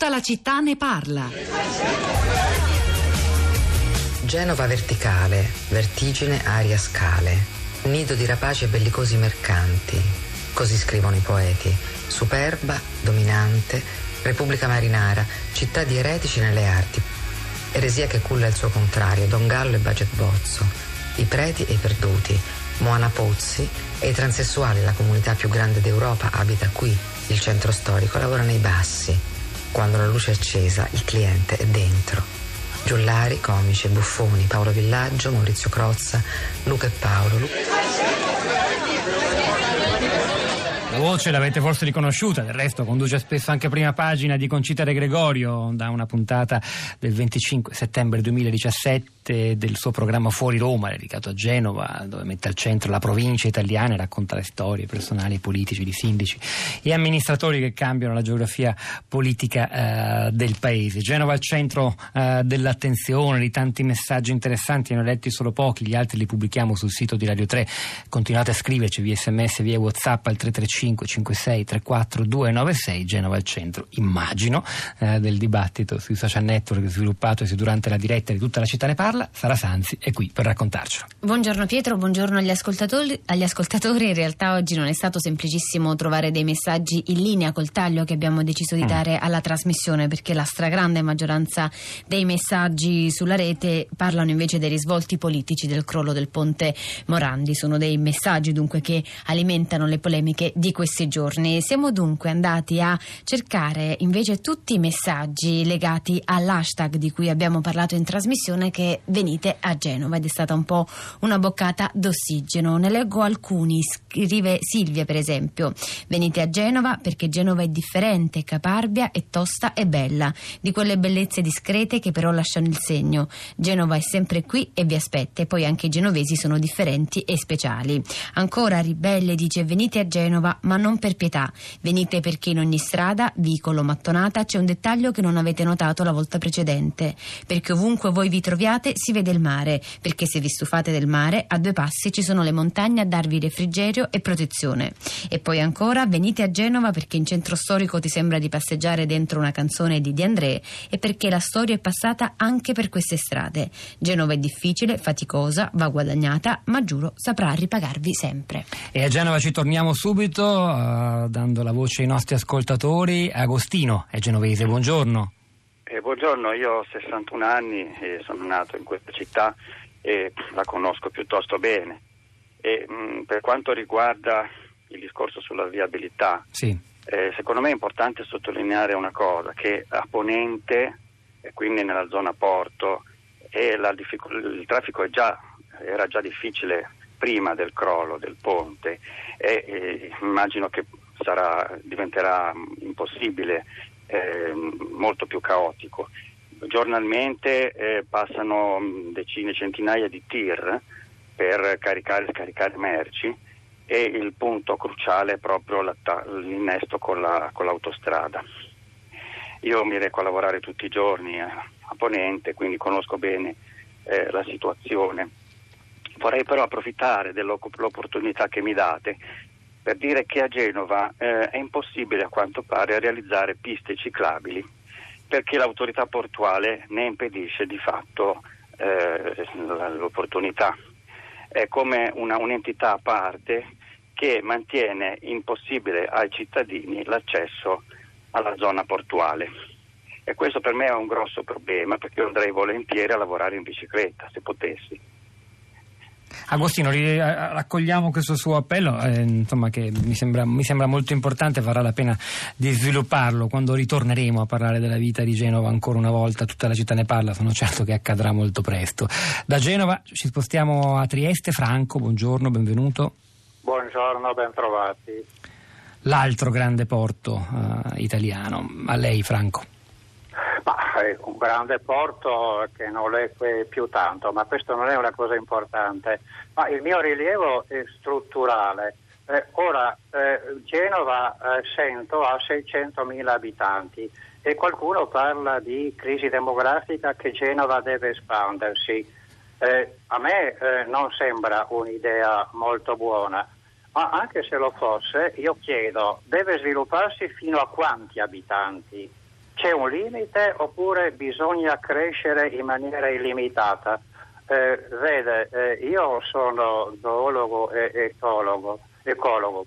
Tutta la città ne parla. Genova verticale, vertigine, aria, scale. Nido di rapaci e bellicosi mercanti. Così scrivono i poeti. Superba, dominante, repubblica marinara, città di eretici nelle arti. Eresia che culla il suo contrario, Don Gallo e Baget Bozzo. I preti e i perduti, Moana Pozzi e i transessuali, la comunità più grande d'Europa, abita qui. Il centro storico lavora nei bassi. Quando la luce è accesa, il cliente è dentro. Giullari, comici, buffoni, Paolo Villaggio, Maurizio Crozza, Luca e Paolo. La voce l'avete forse riconosciuta, del resto conduce spesso anche prima pagina di Concita De Gregorio, da una puntata del 25 settembre 2017 del suo programma Fuori Roma, dedicato a Genova, dove mette al centro la provincia italiana e racconta le storie personali e politici di sindaci e amministratori che cambiano la geografia politica del paese. Genova al centro dell'attenzione, di tanti messaggi interessanti, ne ho letti solo pochi, gli altri li pubblichiamo sul sito di Radio 3. Continuate a scriverci via SMS, via WhatsApp al 335 56 34 296. Genova al centro, immagino, del dibattito sui social network sviluppatosi durante la diretta di Tutta la città ne parla. Sara Sanzi è qui per raccontarcelo. Buongiorno Pietro, buongiorno agli ascoltatori. In realtà oggi non è stato semplicissimo trovare dei messaggi in linea col taglio che abbiamo deciso di dare alla trasmissione, perché la stragrande maggioranza dei messaggi sulla rete parlano invece dei risvolti politici del crollo del ponte Morandi. Sono dei messaggi dunque che alimentano le polemiche di questi giorni. Siamo dunque andati a cercare invece tutti i messaggi legati all'hashtag di cui abbiamo parlato in trasmissione, che venite a Genova, ed è stata un po' una boccata d'ossigeno. Ne leggo alcuni. Scrive Silvia, per esempio: venite a Genova perché Genova è differente, caparbia e tosta e bella, di quelle bellezze discrete che però lasciano il segno. Genova è sempre qui e vi aspetta, e poi anche i genovesi sono differenti e speciali. Ancora Ribelle dice: venite a Genova ma non per pietà, venite perché in ogni strada, vicolo, mattonata c'è un dettaglio che non avete notato la volta precedente, perché ovunque voi vi troviate si vede il mare, perché se vi stufate del mare a due passi ci sono le montagne a darvi refrigerio e protezione. E poi ancora: venite a Genova perché in centro storico ti sembra di passeggiare dentro una canzone di André, e perché la storia è passata anche per queste strade. Genova è difficile, faticosa, va guadagnata, ma giuro saprà ripagarvi sempre. E a Genova ci torniamo subito, dando la voce ai nostri ascoltatori. Agostino è genovese, buongiorno. Buongiorno, io ho 61 anni e sono nato in questa città e la conosco piuttosto bene. E per quanto riguarda il discorso sulla viabilità, sì. Secondo me è importante sottolineare una cosa, che a Ponente, e quindi nella zona porto, il traffico era già difficile prima del crollo del ponte, e immagino che diventerà impossibile, molto più caotico. Giornalmente passano decine, centinaia di tir per caricare e scaricare merci, e il punto cruciale è proprio l'innesto con l'autostrada. Io mi reco a lavorare tutti i giorni a Ponente, quindi conosco bene la situazione. Vorrei però approfittare dell'opportunità che mi date per dire che a Genova è impossibile, a quanto pare, realizzare piste ciclabili, perché l'autorità portuale ne impedisce di fatto l'opportunità. È come un'entità a parte che mantiene impossibile ai cittadini l'accesso alla zona portuale. E questo per me è un grosso problema, perché io andrei volentieri a lavorare in bicicletta, se potessi. Agostino, raccogliamo questo suo appello, insomma, che mi sembra molto importante. Varrà la pena di svilupparlo quando ritorneremo a parlare della vita di Genova ancora una volta. Tutta la città ne parla, sono certo che accadrà molto presto. Da Genova ci spostiamo a Trieste. Franco, buongiorno, benvenuto. Buongiorno, ben trovati. L'altro grande porto italiano, a lei Franco. È un grande porto che non lo è più tanto, ma questo non è una cosa importante. Ma il mio rilievo è strutturale. Genova, sento, ha 600.000 abitanti e qualcuno parla di crisi demografica, che Genova deve espandersi. A me non sembra un'idea molto buona, ma anche se lo fosse, io chiedo: deve svilupparsi fino a quanti abitanti? C'è un limite oppure bisogna crescere in maniera illimitata? Io sono zoologo e ecologo,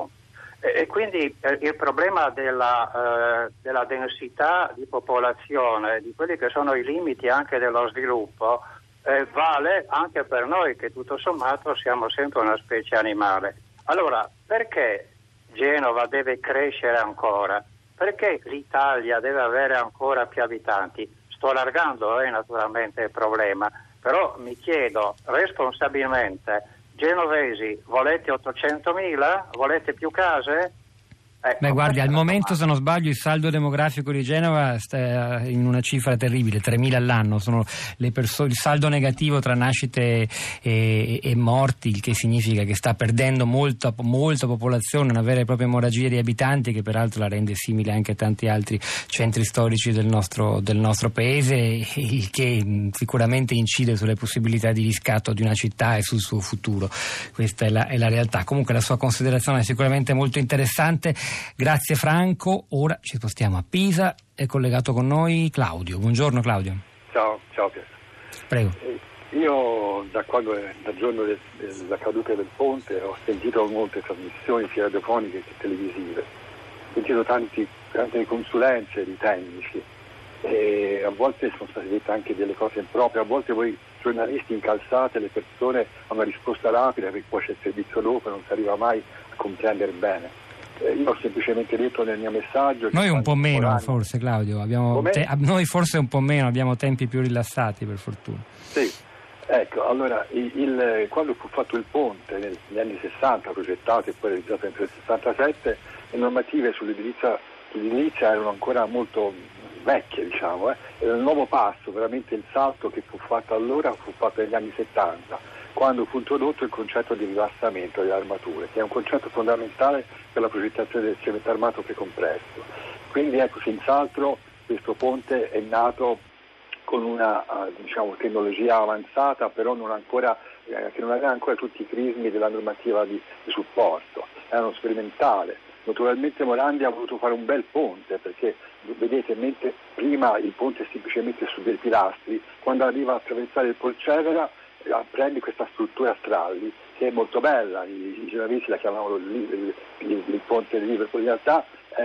e quindi il problema della densità di popolazione, di quelli che sono i limiti anche dello sviluppo, vale anche per noi che tutto sommato siamo sempre una specie animale. Allora, perché Genova deve crescere ancora? Perché l'Italia deve avere ancora più abitanti? Sto allargando naturalmente il problema, però mi chiedo responsabilmente, genovesi, volete 800.000? Volete più case? Guardi, al momento, se non sbaglio, il saldo demografico di Genova sta in una cifra terribile, 3.000 all'anno, sono le persone, il saldo negativo tra nascite e morti, il che significa che sta perdendo molta popolazione, una vera e propria emorragia di abitanti, che peraltro la rende simile anche a tanti altri centri storici del nostro paese, il che sicuramente incide sulle possibilità di riscatto di una città e sul suo futuro. Questa è la realtà. Comunque la sua considerazione è sicuramente molto interessante. Grazie Franco. Ora ci spostiamo a Pisa. È collegato con noi Claudio. Buongiorno Claudio. Ciao Pietro. Prego. Io dal giorno della caduta del ponte ho sentito molte trasmissioni sia radiofoniche che televisive. Ho sentito tante consulenze di tecnici e a volte sono state dette anche delle cose improprie. A volte voi giornalisti incalzate le persone a una risposta rapida perché poi c'è il servizio dopo e non si arriva mai a comprendere bene. Io ho semplicemente detto nel mio messaggio. Noi un po' meno, forse, Claudio. Noi forse un po' meno, abbiamo tempi più rilassati, per fortuna. Sì, ecco, allora quando fu fatto il ponte negli anni 60, progettato e poi realizzato nel 67, le normative sull'edilizia erano ancora molto vecchie, diciamo. Era il nuovo passo, veramente il salto che fu fatto allora, fu fatto negli anni 70. Quando fu introdotto il concetto di rilassamento delle armature, che è un concetto fondamentale per la progettazione del cemento armato precompresso. Quindi ecco, senz'altro questo ponte è nato con una tecnologia avanzata, però che non aveva ancora tutti i crismi della normativa di supporto, era uno sperimentale. Naturalmente Morandi ha voluto fare un bel ponte, perché vedete, mentre prima il ponte è semplicemente su dei pilastri, quando arriva a attraversare il Polcevera prendi questa struttura a stralli che è molto bella. I genovesi la chiamavano il ponte di Liverpool, in realtà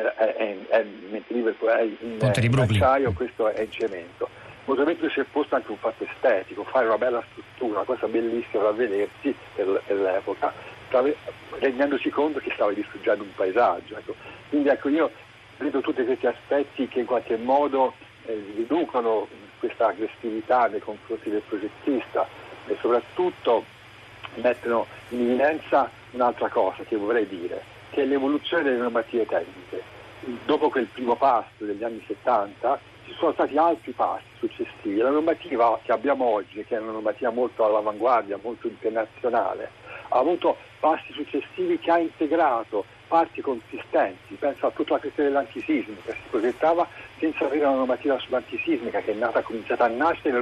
mentre Liverpool è in acciaio, questo è in cemento. Ovviamente si è posto anche un fatto estetico, fare una bella struttura, una cosa bellissima da vedersi per l'epoca, rendendosi conto che stava distruggendo un paesaggio. Ecco. Quindi ecco, io vedo tutti questi aspetti che in qualche modo riducono questa aggressività nei confronti del progettista e soprattutto mettono in evidenza un'altra cosa che vorrei dire, che è l'evoluzione delle normative tecniche. Dopo quel primo passo degli anni 70 ci sono stati altri passi successivi. La normativa che abbiamo oggi, che è una normativa molto all'avanguardia, molto internazionale, ha avuto passi successivi che ha integrato parti consistenti. Penso a tutta la questione dell'antisismica, che si progettava senza avere una normativa sull'antisismica, che ha cominciato a nascere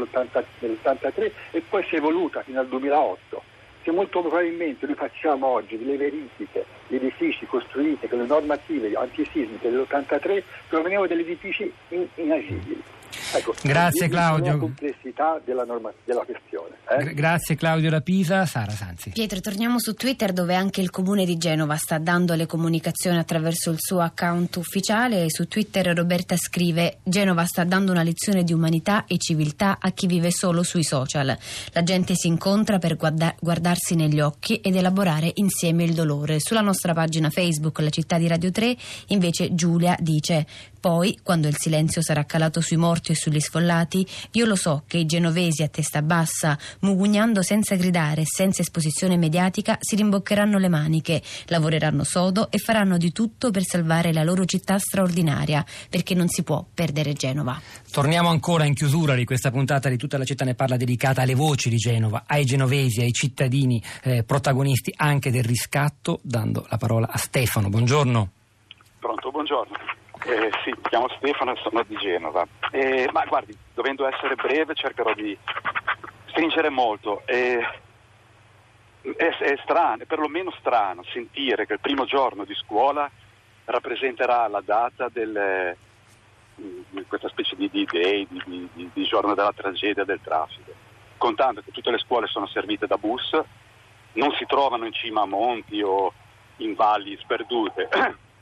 nell'83 e poi si è evoluta fino al 2008. Se molto probabilmente noi facciamo oggi delle verifiche di edifici costruiti con le normative antisismiche dell'83, proveniamo degli edifici inagibili. Ecco, grazie Claudio. La complessità della questione. Grazie Claudio da Pisa. Sara Sanzi. Pietro, torniamo su Twitter, dove anche il comune di Genova sta dando le comunicazioni attraverso il suo account ufficiale. Su Twitter Roberta scrive: Genova sta dando una lezione di umanità e civiltà a chi vive solo sui social. La gente si incontra per guardarsi negli occhi ed elaborare insieme il dolore. Sulla nostra pagina Facebook, La Città di Radio 3, invece Giulia dice: poi, quando il silenzio sarà calato sui morti e sugli sfollati, io lo so che i genovesi a testa bassa, mugugnando senza gridare e senza esposizione mediatica, si rimboccheranno le maniche, lavoreranno sodo e faranno di tutto per salvare la loro città straordinaria, perché non si può perdere Genova. Torniamo ancora in chiusura di questa puntata di Tutta la città ne parla, dedicata alle voci di Genova, ai genovesi, ai cittadini protagonisti anche del riscatto, dando la parola a Stefano. Buongiorno. Pronto, buongiorno. Sì, mi chiamo Stefano e sono di Genova. Ma guardi, dovendo essere breve cercherò di stringere molto. È strano, è perlomeno strano sentire che il primo giorno di scuola rappresenterà la data del questa specie di day, di giorno della tragedia del traffico, contando che tutte le scuole sono servite da bus, non si trovano in cima a monti o in valli sperdute.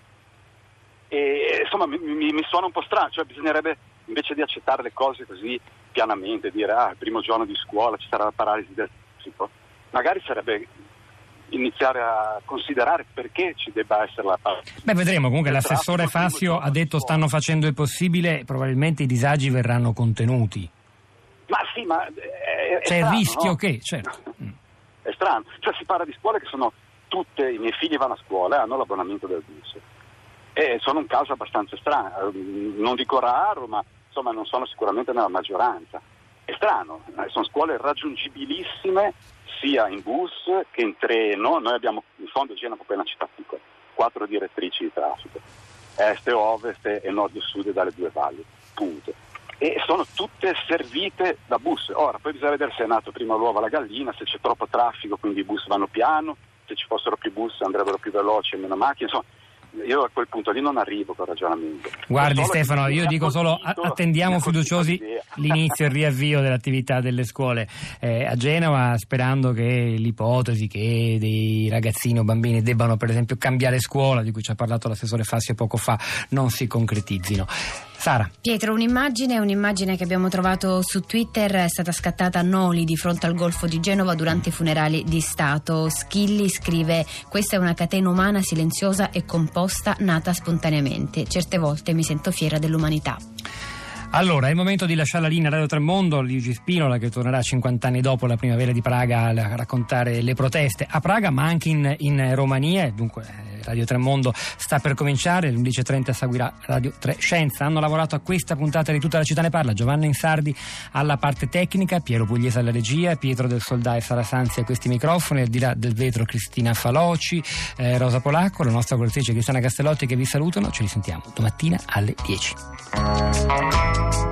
E insomma mi suona un po' strano, cioè bisognerebbe, invece di accettare le cose così pianamente, dire il primo giorno di scuola ci sarà la paralisi del traffico, magari sarebbe iniziare a considerare perché ci debba essere la paralisi. Vedremo. Comunque l'assessore Fassio ha detto stanno facendo il possibile, probabilmente i disagi verranno contenuti. Ma sì, ma c'è strano, il rischio, no? Che certo. È strano, cioè si parla di scuole che sono tutte, i miei figli vanno a scuola e hanno l'abbonamento del bus. E sono un caso abbastanza strano, non dico raro, ma insomma non sono sicuramente nella maggioranza. È strano, sono scuole raggiungibilissime sia in bus che in treno. Noi abbiamo, in fondo Genova è una città piccola, 4 direttrici di traffico, est e ovest e nord e sud dalle 2 valli, punto. E sono tutte servite da bus. Ora, poi bisogna vedere se è nato prima l'uovo o la gallina, se c'è troppo traffico quindi i bus vanno piano, se ci fossero più bus andrebbero più veloci e meno macchine, insomma. Io a quel punto lì non arrivo col ragionamento. Guardi Stefano, io dico solo attendiamo fiduciosi l'inizio e il riavvio dell'attività delle scuole a Genova, sperando che l'ipotesi che dei ragazzini o bambini debbano per esempio cambiare scuola, di cui ci ha parlato l'assessore Fassio poco fa, non si concretizzino. Sara. Pietro, un'immagine che abbiamo trovato su Twitter è stata scattata a Noli, di fronte al Golfo di Genova, durante i funerali di Stato. Schilli scrive: questa è una catena umana silenziosa e composta, nata spontaneamente. Certe volte mi sento fiera dell'umanità. Allora, è il momento di lasciare la linea a Radio Tremondo, Luigi Spinola, che tornerà 50 anni dopo la primavera di Praga a raccontare le proteste a Praga, ma anche in Romania. Dunque Radio Tremondo sta per cominciare, alle 11.30 seguirà Radio 3 Scienza. Hanno lavorato a questa puntata di Tutta la città ne parla Giovanna Insardi alla parte tecnica, Piero Pugliese alla regia, Pietro del Soldà e Sara Sanzi a questi microfoni, al di là del vetro Cristina Faloci, Rosa Polacco, la nostra curatrice Cristiana Castellotti, che vi salutano. Ci risentiamo domattina alle 10.